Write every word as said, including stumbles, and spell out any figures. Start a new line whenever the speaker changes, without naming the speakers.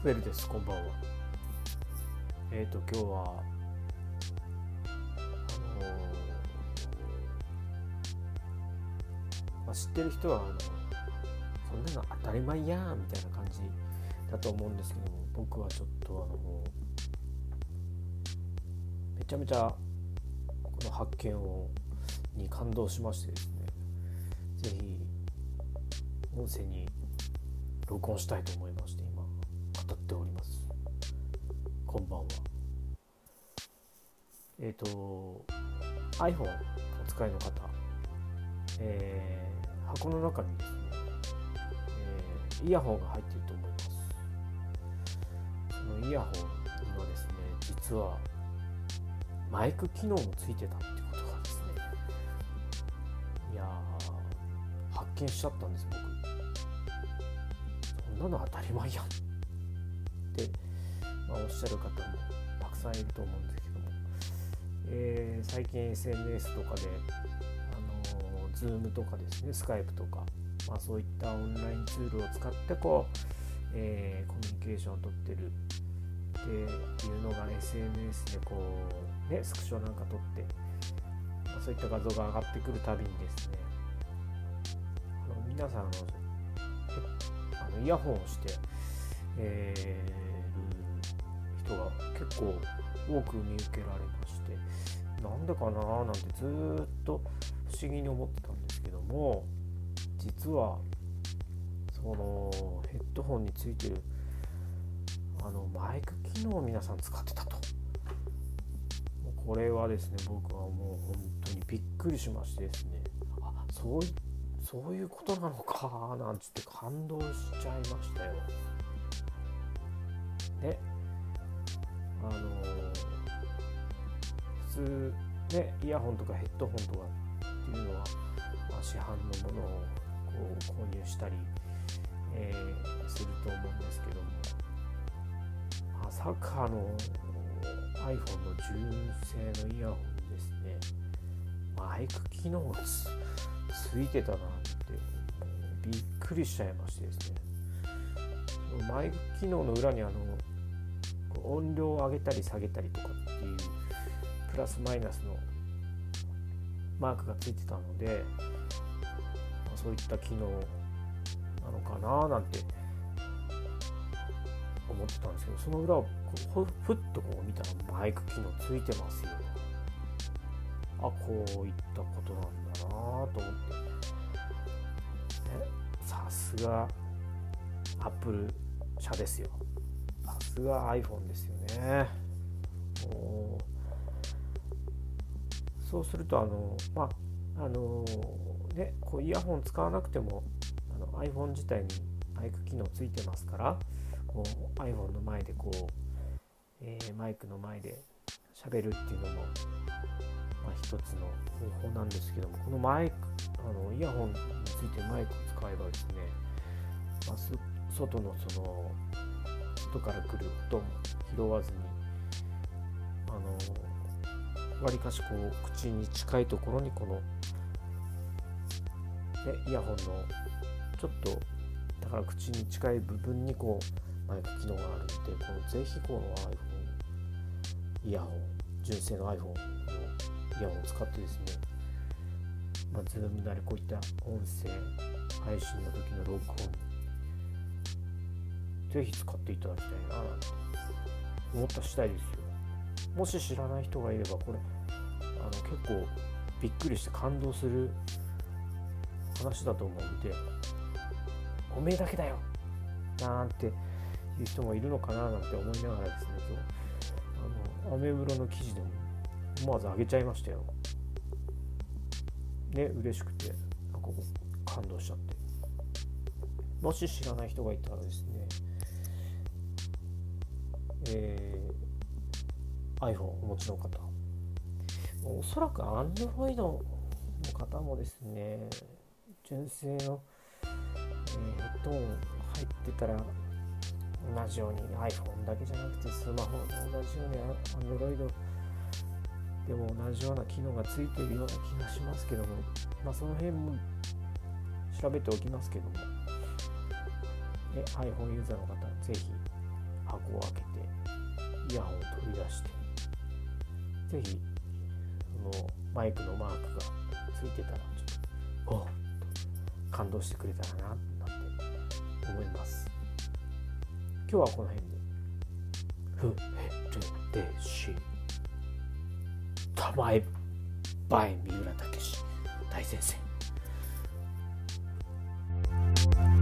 フェルです。こんばんは。えっ、ー、と今日はあのーまあ、知ってる人はあのそんなの当たり前やんみたいな感じだと思うんですけども、僕はちょっとあのめちゃめちゃこの発見をに感動しましてですね、ぜひ音声に録音したいと思いまして今語っております。こんばんは。えっ、ー、と iPhone お使いの方、えー、箱の中にですね、えー、イヤホンが入っていると思います。そのイヤホンにはですね、実はマイク機能もついてたってことがですね、いやー発見しちゃったんです。僕そんなの当たり前やんって、まあ、おっしゃる方もたくさんいると思うんですけども、えー、最近 エスエヌエス とかであの Zoom とかですね、Skype とか、まあ、そういったオンラインツールを使ってこう、えー、コミュニケーションを取ってるっていうのが エスエヌエス でこうね、スクショなんか撮って、まあ、そういった画像が上がってくるたびにですね、あの皆さんのあのイヤホンをして、えー、る人が結構多く見受けられまして、なんでかななんてずっと不思議に思ってたんですけども、実はそのヘッドホンについてるあのマイク機能を皆さん使ってたと。これはですね、僕はもう本当にびっくりしましてですね、あ、そういそういうことなのかなんつって感動しちゃいましたよ。ね、あの普通ね、イヤホンとかヘッドホンとかっていうのは、まあ、市販のものをこう購入したり、えー、すると思うんですけども、まさかの iPhone の純正のイヤホンにですね、マイク機能が つ, ついてたなんてびっくりしちゃいましてですね、マイク機能の裏にあの音量を上げたり下げたりとかっていうプラスマイナスのマークがついてたので、まあ、そういった機能なのかななんて思ってたんですけど、その裏をこうふっとこう見たらマイク機能ついてますよ。あ、こういったことなんだなと思って、ね、さすがアップル社ですよ。さすが iPhone ですよね。もうそうするとあのまああのね、こうイヤホン使わなくてもあの iPhone 自体にマイク機能ついてますから、こう iPhone の前でこう、えー、マイクの前で喋るっていうのも、まあ、一つの方法なんですけども、このマイクあのイヤホンについてマイクを使えばですね、まあ、外のその外から来る音も拾わずに、あのわりかしこう口に近いところにこの、ね、イヤホンのちょっとだから口に近い部分にこうマイク機能があるので、このぜひこの iPhone イヤホン、純正の iPhone のイヤホンを使ってですね、まあ、Zoom なりこういった音声配信の時の録音ぜひ使っていただきたいななんて思った次第ですよ。もし知らない人がいれば、これあの結構びっくりして感動する話だと思うんで、おめえだけだよなんていう人もいるのかななんて思いながらですね、今日あのアメブロの記事でも思わず上げちゃいましたよね。嬉しくてなんか感動しちゃって、もし知らない人がいたらですね、えー、iPhone お持ちの方、おそらく Android の方もですね、純正の、えー、ヘッドホン入ってたら同じように iPhone だけじゃなくてスマホと同じように Android でも同じような機能がついているような気がしますけども、まあその辺も調べておきますけども、え iPhone ユーザーの方ぜひ箱を開けてイヤホンを取り出して、ぜひそのマイクのマークがついてたらちょっとおっと感動してくれたらななんて思います。今日はこの辺で。ふへるでしたまえバイ三浦武史大先生。